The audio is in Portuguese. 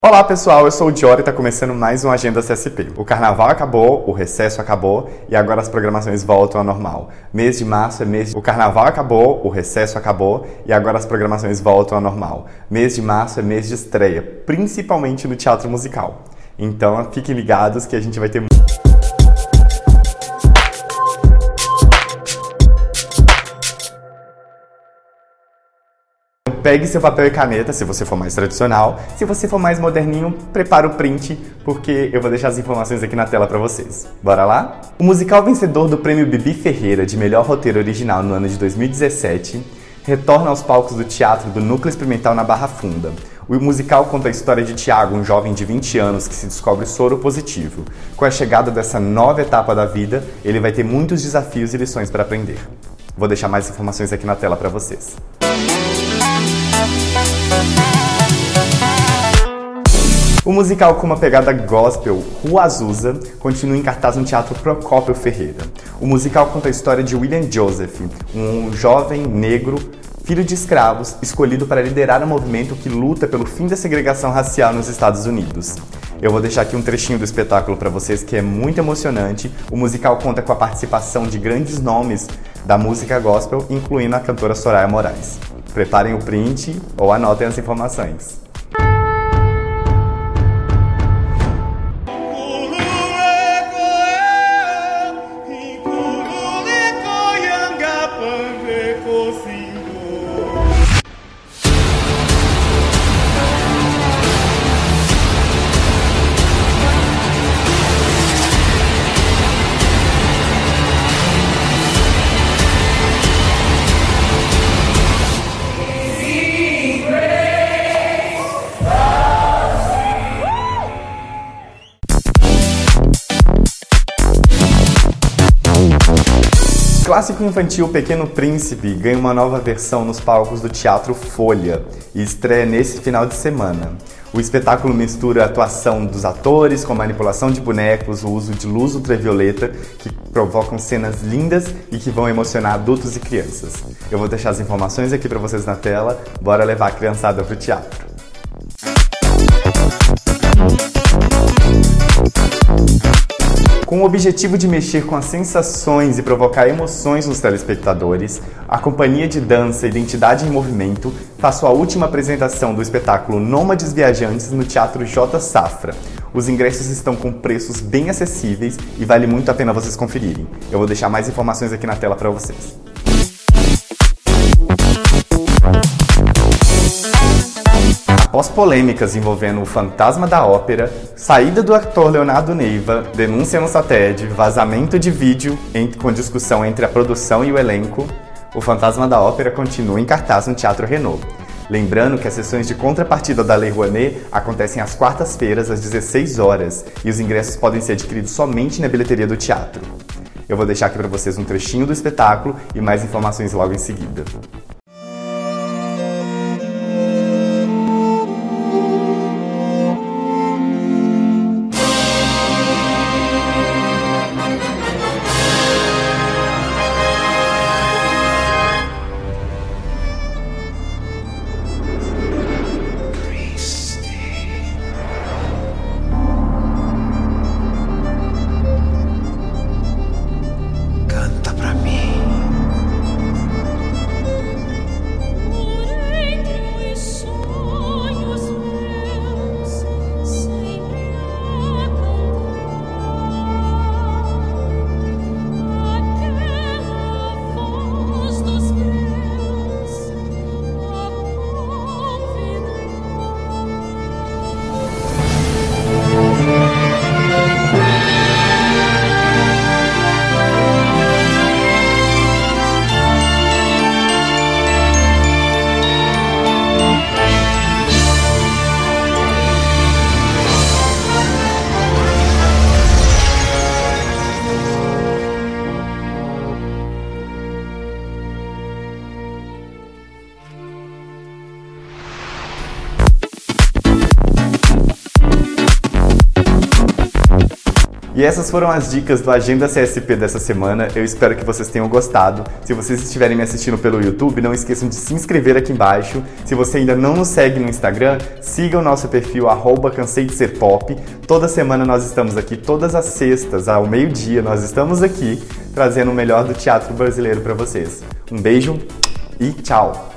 Olá pessoal, eu sou o Diori e está começando mais um Agenda CSP. O carnaval acabou, o recesso acabou e agora as programações voltam ao normal. Mês de março é mês... O carnaval acabou, o recesso acabou e agora as programações voltam ao normal. Mês de março é mês de estreia, principalmente no teatro musical. Então fiquem ligados que a gente vai ter... Pegue seu papel e caneta, se você for mais tradicional. Se você for mais moderninho, prepara o print, porque eu vou deixar as informações aqui na tela para vocês. Bora lá? O musical vencedor do Prêmio Bibi Ferreira de Melhor Roteiro Original no ano de 2017 retorna aos palcos do Teatro do Núcleo Experimental na Barra Funda. O musical conta a história de Tiago, um jovem de 20 anos que se descobre soro positivo. Com a chegada dessa nova etapa da vida, ele vai ter muitos desafios e lições para aprender. Vou deixar mais informações aqui na tela para vocês. O musical com uma pegada gospel, Rua Azusa, continua em cartaz no Teatro Procópio Ferreira. O musical conta a história de William Joseph, um jovem negro, filho de escravos, escolhido para liderar um movimento que luta pelo fim da segregação racial nos Estados Unidos. Eu vou deixar aqui um trechinho do espetáculo para vocês que é muito emocionante. O musical conta com a participação de grandes nomes da música gospel, incluindo a cantora Soraya Moraes. Preparem o print ou anotem as informações. O clássico infantil Pequeno Príncipe ganha uma nova versão nos palcos do Teatro Folha e estreia nesse final de semana. O espetáculo mistura a atuação dos atores com manipulação de bonecos, o uso de luz ultravioleta, que provocam cenas lindas e que vão emocionar adultos e crianças. Eu vou deixar as informações aqui para vocês na tela, bora levar a criançada pro teatro. Com o objetivo de mexer com as sensações e provocar emoções nos telespectadores, a Companhia de Dança Identidade em Movimento faz sua última apresentação do espetáculo Nômades Viajantes no Teatro J. Safra. Os ingressos estão com preços bem acessíveis e vale muito a pena vocês conferirem. Eu vou deixar mais informações aqui na tela para vocês. Após polêmicas envolvendo o Fantasma da Ópera, saída do ator Leonardo Neiva, denúncia no SATED, vazamento de vídeo com discussão entre a produção e o elenco, o Fantasma da Ópera continua em cartaz no Teatro Renault. Lembrando que as sessões de contrapartida da Lei Rouanet acontecem às quartas-feiras, às 16 horas, e os ingressos podem ser adquiridos somente na bilheteria do teatro. Eu vou deixar aqui para vocês um trechinho do espetáculo e mais informações logo em seguida. E essas foram as dicas do Agenda CSP dessa semana. Eu espero que vocês tenham gostado. Se vocês estiverem me assistindo pelo YouTube, não esqueçam de se inscrever aqui embaixo. Se você ainda não nos segue no Instagram, siga o nosso perfil @cansei-de-ser-pop. Toda semana nós estamos aqui, todas as sextas, ao meio-dia, nós estamos aqui trazendo o melhor do teatro brasileiro para vocês. Um beijo e tchau!